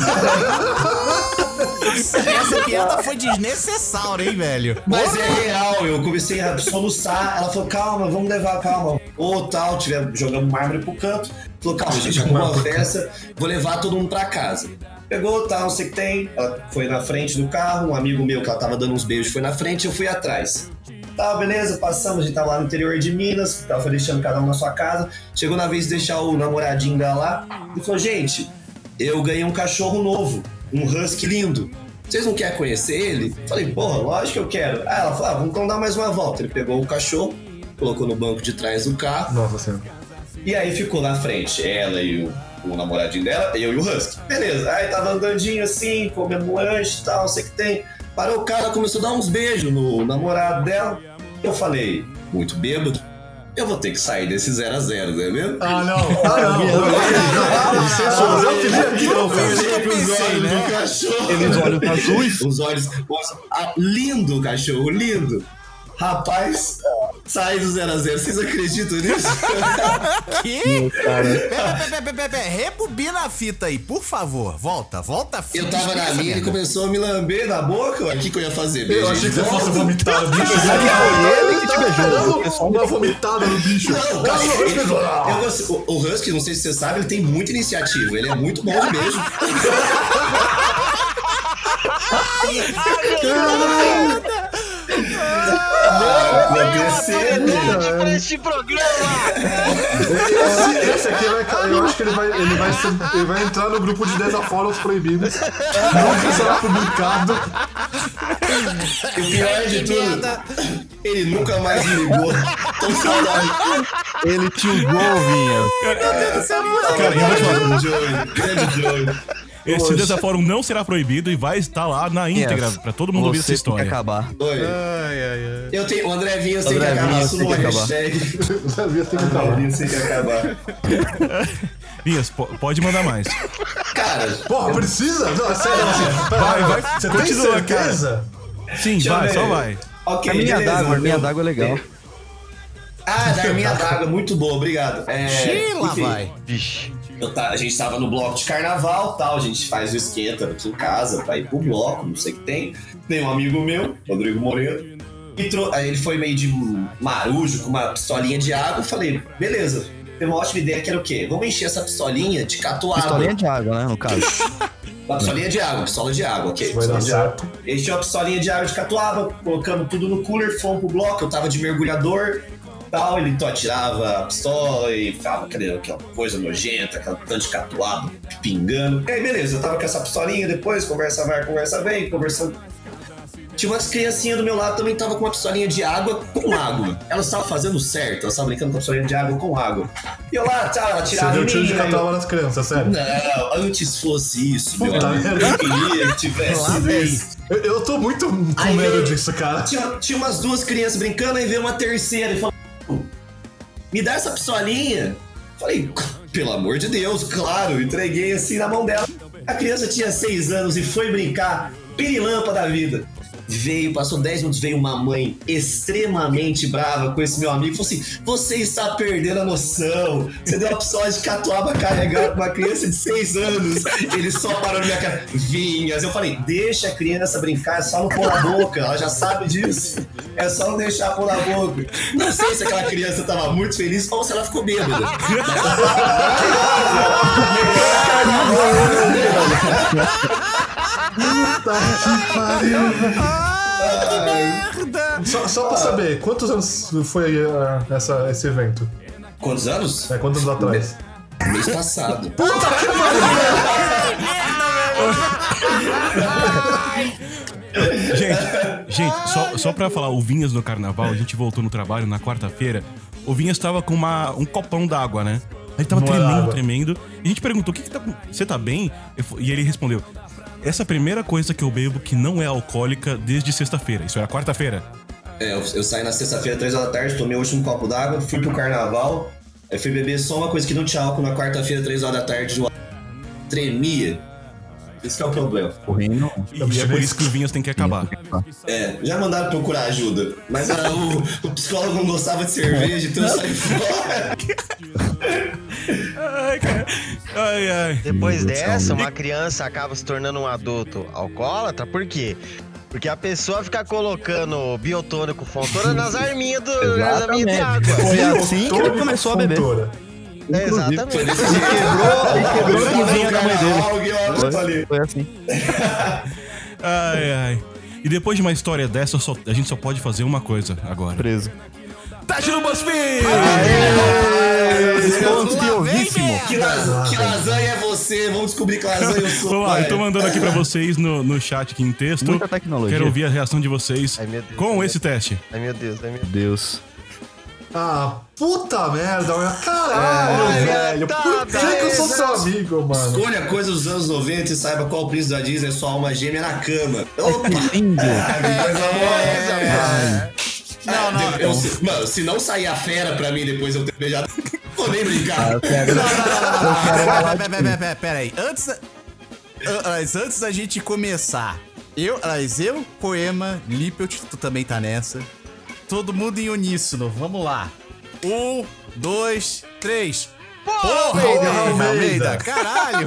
Essa piada foi desnecessária, hein, velho? Mas é real, eu comecei a soluçar. Ela falou, calma, vamos levar, calma. Ou tal, jogamos mármore pro canto. Falou, calma, gente, arrumou uma festa, vou levar todo mundo pra casa. Pegou, tal, não sei o que tem. Ela foi na frente do carro, um amigo meu que ela tava dando uns beijos foi na frente, eu fui atrás. Tá, beleza, passamos, a gente tava lá no interior de Minas, tava deixando cada um na sua casa. Chegou na vez de deixar o namoradinho dela lá. Ele falou, gente, eu ganhei um cachorro novo, um husky lindo. Vocês não querem conhecer ele? Falei, porra, lógico que eu quero. Aí ela falou, vamos então dar mais uma volta. Ele pegou o cachorro, colocou no banco de trás do carro. Nossa senhora. E aí ficou na frente, ela e o namoradinho dela, eu e o husky. Beleza, aí tava andandinho assim, comendo lanche e tal, não sei o que tem. Parou o cara, começou a dar uns beijos no namorado dela. Eu falei, muito bêbado, eu vou ter que sair desse 0 a 0, não é mesmo? Ah, não. Eu olhei pros olhos do cachorro. Aqueles olhos azuis. Os olhos... lindo o cachorro, lindo. Rapaz, sai do 0 a 0. Vocês acreditam nisso? Que? Pera, rebobina a fita aí, por favor. Volta a fita. Eu tava na minha, ele começou a me lamber na boca. O que eu ia fazer? Eu achei que você fosse vomitar no bicho. Ele que te beijou. Uma vomitada no bicho. Não, cara, o Husky, não sei se você sabe, ele tem muita iniciativa. Ele é muito bom de beijo. Pra este programa! Esse aqui eu acho que ele vai entrar no grupo de desaforos proibidos. Nunca será publicado. E o pior de tudo, ele nunca mais me ligou. Ele te usou, Vinhas. Cara, eu vou te falar. Grande Joey. Esse desaforo não será proibido e vai estar lá na íntegra pra todo mundo ouvir essa Você tem história. que acabar. Oi. Eu tenho, o André Vinhas tem que André acabar. Vinhas Assuma tem a que acabar. hashtag. Sabia, tem que André acabar. Vinhas tem que acabar. Vinhas, pode mandar mais. Cara, Porra, precisa? Não, é sério, assim. Vai, Você continua, tem certeza? Sim, deixa eu vai, ver. só vai. Ok, Arminha beleza. d'água, arminha d'água é legal. Ah, da arminha d'água, muito boa, obrigado. Lá Enfim, vai. Vixe. a gente tava no bloco de carnaval, tal, a gente faz o esquenta aqui em casa pra ir pro bloco, não sei o que tem. Tem um amigo meu, Rodrigo Moreira, aí ele foi meio de marujo com uma pistolinha de água. Eu falei, beleza, tem uma ótima ideia que era o quê? Vamos encher essa pistolinha de catuaba. Pistolinha de água, né, no caso. Uma pistolinha de água, pistola de água, ok. Vai dar Pistola de água. certo. Encheu a pistolinha de água de catuaba, colocamos tudo no cooler, fomos pro bloco, eu tava de mergulhador, tal, ele tirava a pistola e ficava aquela coisa nojenta, aquela tanto de catuaba pingando. E aí, beleza, eu tava com essa pistolinha, depois conversa vai, conversa vem, conversando. Tinha umas criancinhas do meu lado também tava com uma pistolinha de água com água. Elas estavam fazendo certo, elas estavam brincando com a pistolinha de água com água. E eu lá, ela Você tirava deu em tiro mim, de aí eu- catuaba nas crianças, sério. Não, antes fosse isso, meu Puta amigo. merda. Eu queria que tivesse isso. Eu tô muito com Aí medo veio- disso, cara. Tinha umas duas crianças brincando, aí veio uma terceira e falou: me dá essa pistolinha. Falei, pelo amor de Deus, claro, entreguei assim na mão dela. A criança tinha 6 anos e foi brincar, pirilampa da vida. Passou 10 minutos, veio uma mãe extremamente brava com esse meu amigo. Falou assim: você está perdendo a noção. Você deu uma pistola de catuaba carregada com uma criança de 6 anos. Ele só parou na minha cara. Vinhas. Eu falei: deixa a criança brincar, é só não pôr na boca. Ela já sabe disso. É só não deixar pôr na boca. Não sei se aquela criança estava muito feliz ou se ela ficou bêbada. Puta que pariu. Só pra saber, quantos anos foi esse evento? Quantos anos? Quantos anos atrás? Mês passado. Gente, só pra falar, o Vinhas no carnaval, a gente voltou no trabalho na quarta-feira. O Vinhas tava com um copão d'água, né? Ele tava Não era água. tremendo. E a gente perguntou: o que tá. Você tá bem? E ele respondeu: essa é a primeira coisa que eu bebo que não é alcoólica desde sexta-feira. Isso era quarta-feira. Eu saí na sexta-feira, 3 horas da tarde, tomei o último copo d'água, fui pro carnaval, aí fui beber só uma coisa que não tinha álcool na quarta-feira, 3 horas da tarde, tremia. Esse que é o problema. Correndo. E é por isso que o Vinhas tem que acabar. Já mandaram procurar ajuda, mas o psicólogo não gostava de cerveja, então eu saí fora. Ai, cara. Ai. Depois dessa, uma criança acaba se tornando um adulto alcoólatra, por quê? Porque a pessoa fica colocando biotônico Fontoura nas arminhas de água. Foi assim que ele começou a beber. Fontoura. Exatamente. Ele quebrou a cozinha da mãe dele. Foi assim. Ai. E depois de uma história dessa, a gente só pode fazer uma coisa agora. Preso. Teste no BuzzFeed! Conteudíssimo. Que lasanha é você? Vamos descobrir que lasanha eu sou. Vamos lá, pai. eu tô mandando aqui pra vocês no chat aqui em texto. Muita tecnologia. Quero ouvir a reação de vocês Ai, meu Deus. com esse teste. Ai, meu Deus. Deus. Ah, puta merda, caralho, velho. Por que eu sou seu amigo, mano? Escolha coisa dos anos 90 e saiba qual príncipe da Disney é sua alma gêmea na cama. Opa! Lindo. Que coisa boa. Não. Mano, se não sair a fera pra mim depois eu ter beijado, vou nem brincar. Pera aí. Antes da gente começar, eu, Poema, Lippelt, tu também tá nessa. Todo mundo em uníssono, vamos lá. 1, 2, 3. Porra, Almeida! Caralho!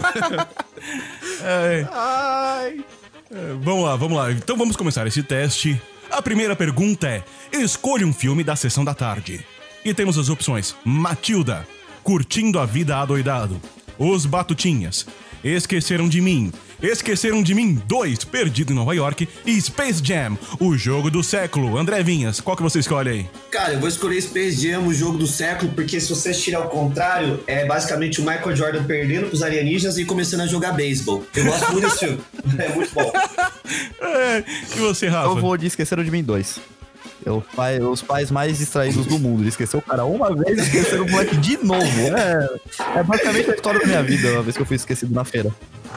Ai. Vamos lá. Então vamos começar esse teste. A primeira pergunta é: escolha um filme da sessão da tarde. E temos as opções: Matilda, Curtindo a Vida Adoidado, Os Batutinhas, Esqueceram de Mim 2, Perdido em Nova York, e Space Jam, o jogo do século. André Vinhas, qual que você escolhe aí? Cara, eu vou escolher Space Jam, o jogo do século, porque se você tirar ao contrário, é basicamente o Michael Jordan perdendo pros alienígenas e começando a jogar beisebol. Eu gosto muito desse filme. É muito bom. E você, Rafa? Eu vou de Esqueceram de Mim 2. Os pais mais distraídos do mundo. Ele esqueceu o cara uma vez e esqueceram o moleque de novo. É basicamente a história da minha vida, uma vez que eu fui esquecido na feira.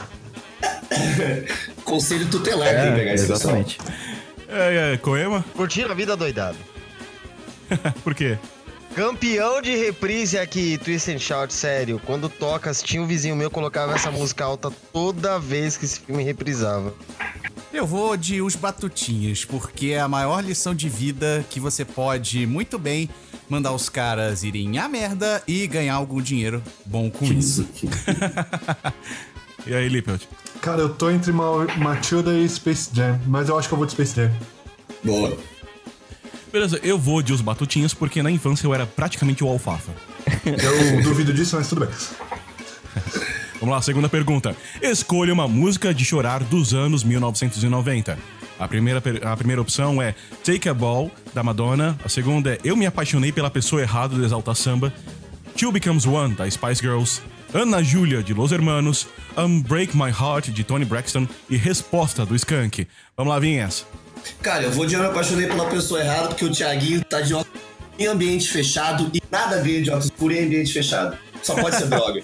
Conselho tutelar tem que pegar esse pessoal. Exatamente. Coema? Curtiram a vida doidado. Por quê? Campeão de reprise aqui, Twist and Shout, sério. Quando toca, tinha um vizinho meu que colocava essa música alta toda vez que esse filme reprisava. Eu vou de Os Batutinhas, porque é a maior lição de vida que você pode muito bem mandar os caras irem à merda e ganhar algum dinheiro bom com isso. E aí, Lippelt? Cara, eu tô entre Matilda e Space Jam, mas eu acho que eu vou de Space Jam. Boa. Beleza, eu vou de Os Batutinhas porque na infância eu era praticamente o alfafa. Eu duvido disso, mas tudo bem. Vamos lá, segunda pergunta. Escolha uma música de chorar dos anos 1990. A primeira opção é Take a Ball, da Madonna. A segunda é Eu Me Apaixonei pela Pessoa Errada, do Exalta Samba. Two Becomes One, da Spice Girls. Ana Júlia, de Los Hermanos. Unbreak My Heart, de Toni Braxton. E Resposta, do Skank. Vamos lá, Vinhas. Cara, eu vou de Eu Me Apaixonei pela Pessoa Errada, porque o Thiaguinho tá de óculos em ambiente fechado e nada ganha de óculos escuro em ambiente fechado. Só pode ser droga.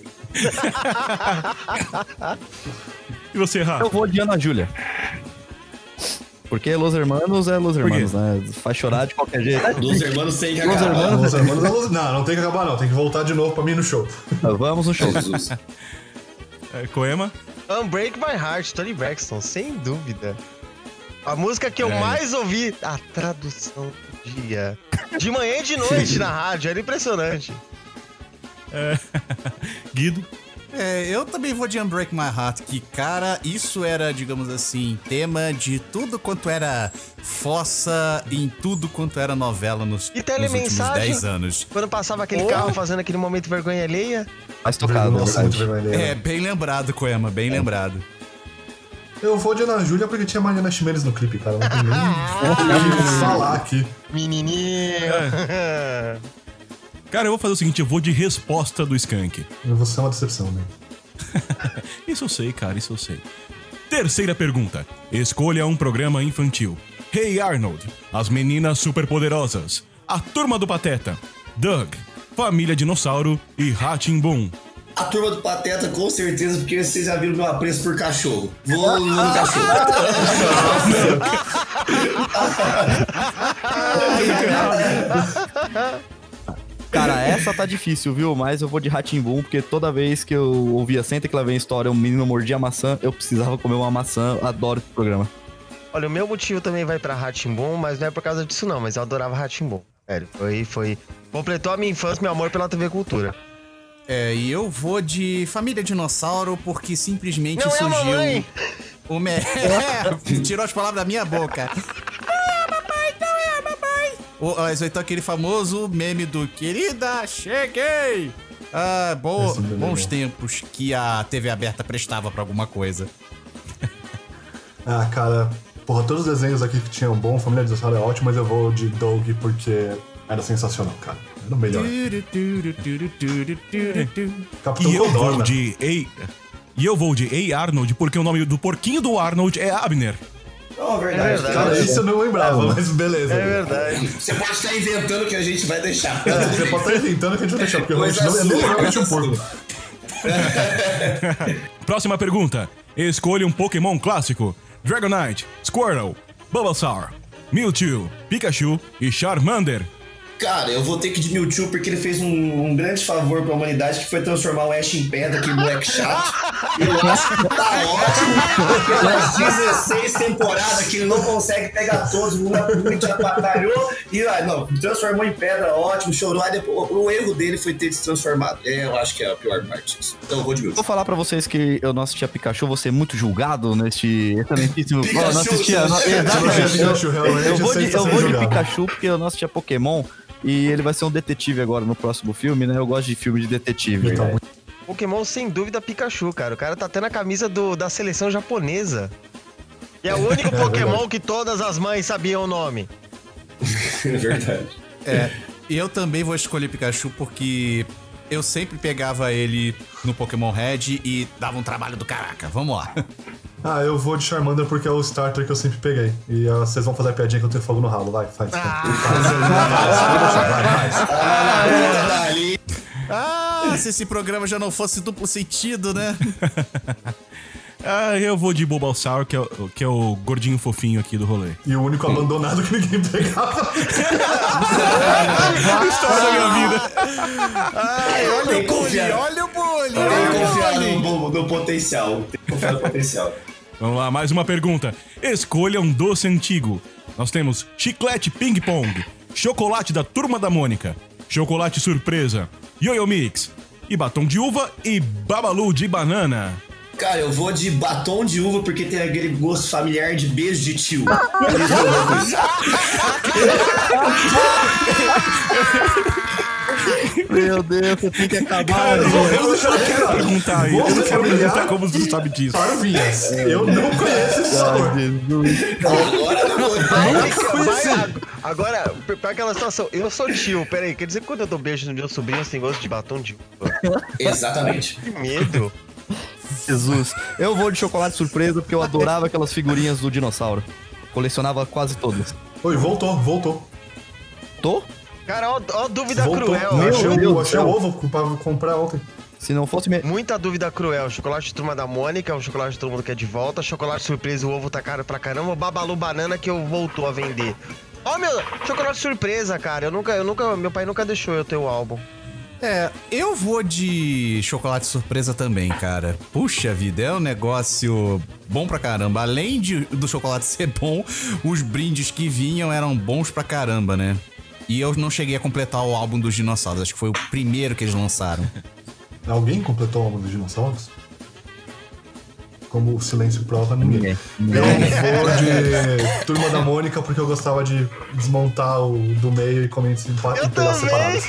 E você, Rafa? Eu vou de Ana Júlia. Porque Los Hermanos é Los Hermanos, quê? né? Faz chorar de qualquer jeito. Dos irmãos tem que Los acabar. Hermanos. Não tem que acabar não, tem que voltar de novo pra mim no show. Vamos no show. Jesus. Coema? Unbreak My Heart, Toni Braxton, sem dúvida. A música que eu mais ouvi, a tradução do dia. De manhã e de noite na rádio, era impressionante. Guido? Eu também vou de Unbreak My Heart, que, cara, isso era, digamos assim, tema de tudo quanto era fossa, em tudo quanto era novela nos últimos telemensagem? 10 anos. Quando passava aquele carro fazendo aquele momento vergonha alheia. Mais tocado, Nossa, muito verdade. vergonha. Bem lembrado, Coema, bem lembrado. Eu vou de Ana Júlia porque tinha Mariana Ximenes no clipe, cara. Não tem nem o que falar aqui. Menininho. Cara, eu vou fazer o seguinte, eu vou de Resposta, do Skank. Você é uma decepção, né? Isso eu sei, cara, isso eu sei. Terceira pergunta. Escolha um programa infantil. Hey Arnold, As Meninas Superpoderosas, A Turma do Pateta, Doug, Família Dinossauro e Rá-Tim-Bum. A Turma do Pateta, com certeza, porque vocês já viram meu apreço por cachorro. Vou no cachorro. Cara, essa tá difícil, viu? Mas eu vou de Rá-Tim-Bum, porque toda vez que eu ouvia Senta que lá vem a história, um menino mordia maçã, eu precisava comer uma maçã. Adoro esse programa. Olha, o meu motivo também vai pra Rá-Tim-Bum, mas não é por causa disso não, mas eu adorava Rá-Tim-Bum. Sério, foi... Completou a minha infância, meu amor pela TV Cultura. E eu vou de Família Dinossauro, porque simplesmente Não é a surgiu... mamãe! Tirou as palavras da minha boca. Mas então aquele famoso meme do Querida, cheguei! Bons tempos que a TV aberta prestava pra alguma coisa. Ah, cara, porra, todos os desenhos aqui que tinham bom, Família Dinossauro é ótimo, mas eu vou de Doug porque era sensacional, cara. Era o melhor. Capitão Condor, né? E eu vou de Ei Arnold porque o nome do porquinho do Arnold é Abner. Oh, verdade. Cara, isso eu não lembrava, mas beleza. É verdade. Você pode estar inventando que a gente vai deixar. Você pode estar inventando que a gente vai deixar, porque realmente não é nem legal que tinha um porco. Próxima pergunta. Escolha um Pokémon clássico. Dragonite, Squirtle, Bulbasaur, Mewtwo, Pikachu e Charmander. Cara, eu vou ter que ir de Mewtwo porque ele fez um grande favor pra humanidade, que foi transformar o Ash em pedra, aquele moleque chato. Eu acho que tá ótimo. Pelas 16 temporadas que ele não consegue pegar todos, o mundo já batalhou e transformou em pedra, ótimo, chorou. Aí depois, o erro dele foi ter se transformado. Eu acho que é a pior parte disso. Então eu vou de Mewtwo. Vou falar pra vocês que eu não assistia Pikachu, vou ser muito julgado neste excelentíssimo... Pikachu, Eu não assistia... Pikachu, realmente, Eu vou você de, está eu sendo vou de julgado. Pikachu porque eu não assistia Pokémon e ele vai ser um detetive agora no próximo filme, né? Eu gosto de filme de detetive. Então, né? Pokémon, sem dúvida, Pikachu, cara. O cara tá até na camisa da seleção japonesa. E é o único Pokémon que todas as mães sabiam o nome. É verdade. E eu também vou escolher Pikachu porque eu sempre pegava ele no Pokémon Red e dava um trabalho do caraca. Vamos lá. Ah, eu vou de Charmander porque é o starter que eu sempre peguei. E vocês vão fazer a piadinha que eu tenho fogo no ralo. Vai, faz. Se esse programa já não fosse duplo sentido, né? Eu vou de Bulbasaur, que é o gordinho fofinho aqui do rolê. E o único abandonado que ninguém pegava. História da minha vida. Olha o bullying, olha o bullying. Tem que confiar no potencial. Tem que confiar no potencial. Vamos lá, mais uma pergunta. Escolha um doce antigo. Nós temos chiclete ping-pong, chocolate da Turma da Mônica, chocolate surpresa, Yo-Yo Mix, e batom de uva e babalu de banana. Cara, eu vou de batom de uva porque tem aquele gosto familiar de beijo de tio. Meu Deus, você tem que acabar. Cara, eu não quero perguntar isso. Eu não quero perguntar como você sabe disso. Parvinhas. Eu não conheço esse sabor. Agora, pra aquela situação, eu sou tio, peraí, quer dizer que quando eu dou beijo no meu sobrinho, tem gosto de batom de uva? Exatamente. Que medo. Jesus. Eu vou de chocolate surpresa porque eu adorava aquelas figurinhas do dinossauro. Colecionava quase todas. Oi, voltou. Tô? Cara, ó dúvida Voltou. cruel. Achei o ovo pra comprar ontem. Se não fosse... Muita dúvida cruel. Chocolate de Turma da Mônica, o chocolate de todo mundo que é de volta. Chocolate surpresa, o ovo tá caro pra caramba. O Babalu Banana que eu voltou a vender. Ó, meu, chocolate surpresa, cara. Meu pai nunca deixou eu ter o álbum. Eu vou de chocolate surpresa também, cara. Puxa vida, é um negócio bom pra caramba. Além do chocolate ser bom, os brindes que vinham eram bons pra caramba, né? E eu não cheguei a completar o álbum dos dinossauros. Acho que foi o primeiro que eles lançaram. Alguém completou o álbum dos dinossauros? Como o silêncio prova, ninguém. Eu vou de Turma da Mônica porque eu gostava de desmontar o do meio e comer em pedaços separados.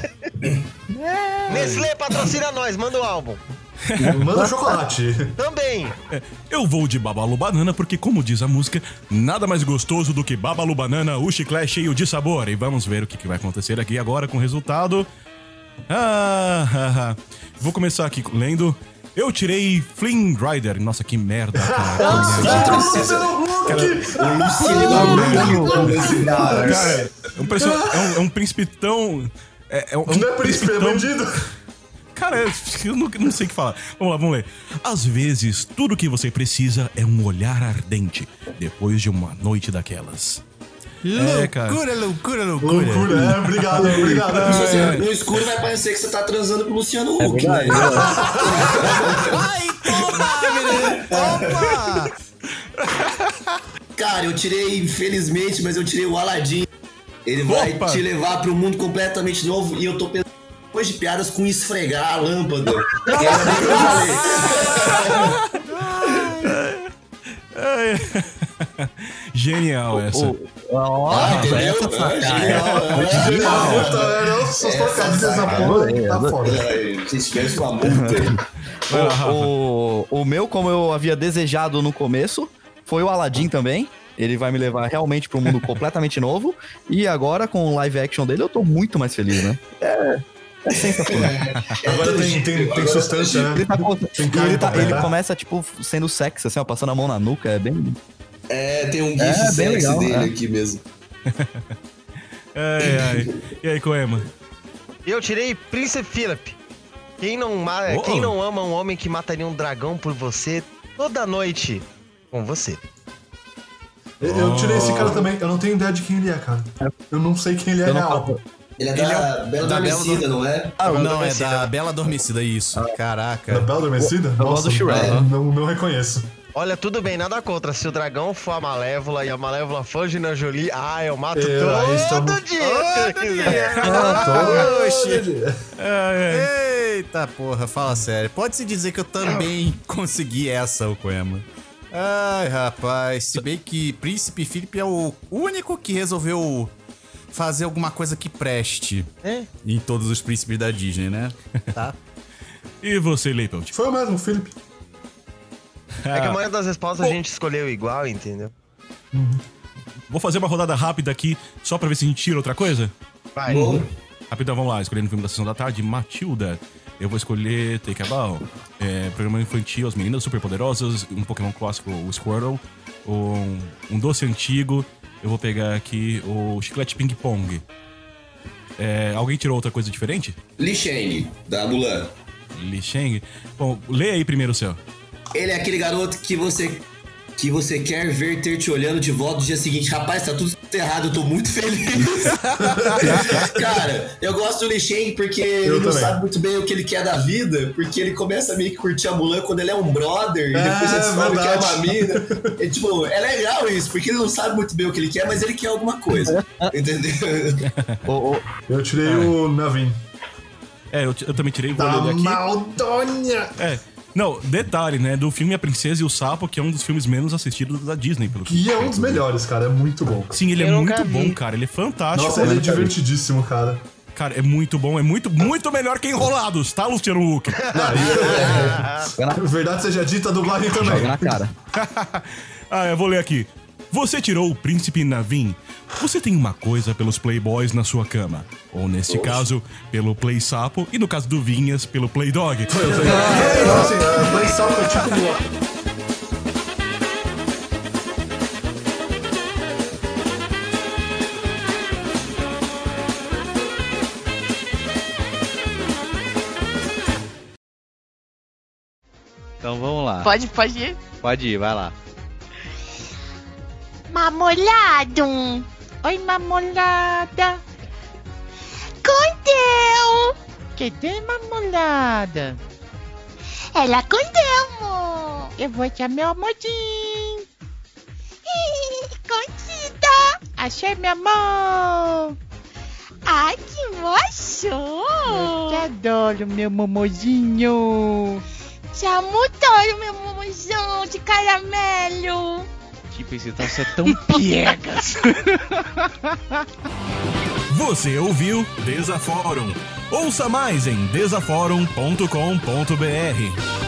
Nestlé patrocina nós, manda o álbum. Manda chocolate. Também. Eu vou de Babalu Banana porque, como diz a música, nada mais gostoso do que Babalu Banana, o chiclete cheio de sabor. E vamos ver o que vai acontecer aqui agora com o resultado. Vou começar aqui lendo. Eu tirei Flynn Rider. Nossa, que merda, cara. Cara, é um príncipe tão... Não é príncipe, é bandido. Cara, eu não sei o que falar. Vamos ler. Às vezes, tudo que você precisa é um olhar ardente depois de uma noite daquelas. Loucura. Obrigado. No escuro vai parecer que você tá transando com o Luciano Huck, né? Ai, toma, menino! Toma! Cara, eu tirei, infelizmente, mas eu tirei o Aladdin. Ele vai te levar pra um mundo completamente novo e eu tô pensando depois de piadas com esfregar a lâmpada. E ainda bem que eu falei. Genial essa. Entendeu? Genial. Só tô cabeça essa porra. Tá foda. Se tivesse uma multa. O meu, como eu havia desejado no começo, foi o Aladdin também. Ele vai me levar realmente pra um mundo completamente novo. E agora, com o live action dele, eu tô muito mais feliz, né? É sensacional. Agora tem sustância, né? Ele começa, tipo, sendo sexy, assim, ó, passando a mão na nuca. É bem... tem um gif sexy legal, dele aqui mesmo. E aí, Coema? Eu tirei Príncipe Philip. Quem não ama um homem que mataria um dragão por você toda noite com você? Eu tirei esse cara também. Eu não tenho ideia de quem ele é, cara. Eu não sei quem ele é real. Ele é da Bela Adormecida, não é? Não, é da Bela Adormecida, isso. Caraca. Da Bela Adormecida? Nossa, do Shrek. Não reconheço. Olha, tudo bem, nada contra. Se o dragão for a Malévola e a Malévola for a Angelina Jolie, eu mato todo dia. Eita porra, fala sério. Pode-se dizer que eu também consegui essa, o Coema. Ai, rapaz, se bem que Príncipe Philip é o único que resolveu fazer alguma coisa que preste em todos os príncipes da Disney, né? Tá. E você, Leipelt? Foi o mesmo, Philip. É que a maioria das respostas a gente escolheu igual, entendeu? Vou fazer uma rodada rápida aqui, só pra ver se a gente tira outra coisa. Vai. Rapidão, vamos lá. Escolhendo o filme da Sessão da Tarde, Matilda. eu vou escolher Take a Bow. Programa infantil, As Meninas Superpoderosas, um Pokémon clássico, o Squirtle, um doce antigo. Eu vou pegar aqui o Chiclete Ping Pong. Alguém tirou outra coisa diferente? Li Shang, da Mulan. Li Shang? Bom, lê aí primeiro o seu. Ele é aquele garoto que você quer ver ter te olhando de volta no dia seguinte. Rapaz, tá tudo errado, eu tô muito feliz. Cara, eu gosto do Li Shang porque ele não sabe muito bem o que ele quer da vida, porque ele começa a meio que curtir a Mulan quando ele é um brother, e depois ele descobre que é uma mina. Tipo, é legal isso, porque ele não sabe muito bem o que ele quer, mas ele quer alguma coisa. Entendeu? Eu tirei o Navin. Eu também tirei, vou Da ler aqui. Maldônia! Não, detalhe, né? Do filme A Princesa e o Sapo, que é um dos filmes menos assistidos da Disney, pelo Que é um dos melhores, cara. É muito bom. Sim, ele é muito bom, cara. Ele é fantástico. Nossa, ele é divertidíssimo, cara. Cara, é muito bom. É muito melhor que Enrolados, tá, Luciano Huck? Verdade seja dita, a dublagem também. Joga na cara. Eu vou ler aqui. Você tirou o Príncipe Navin. Você tem uma coisa pelos playboys na sua cama. Ou, neste caso, pelo Play Sapo. E no caso do Vinhas, pelo Play Dog. Então, assim, Play Sapo é tipo... Então vamos lá. Pode ir. Pode ir, vai lá. Mamolado. Oi, mamolada. Condeu. Que tem mamolada? Ela condeu, amor. Eu vou te meu amorzinho. Contida. Achei meu amor. Ai, que moço. Eu te adoro, meu mamozinho. Te amo todo, meu mamozão de caramelo. Tipo, esse tal ser tão piegas. Você ouviu Desaforum. Ouça mais em desaforum.com.br.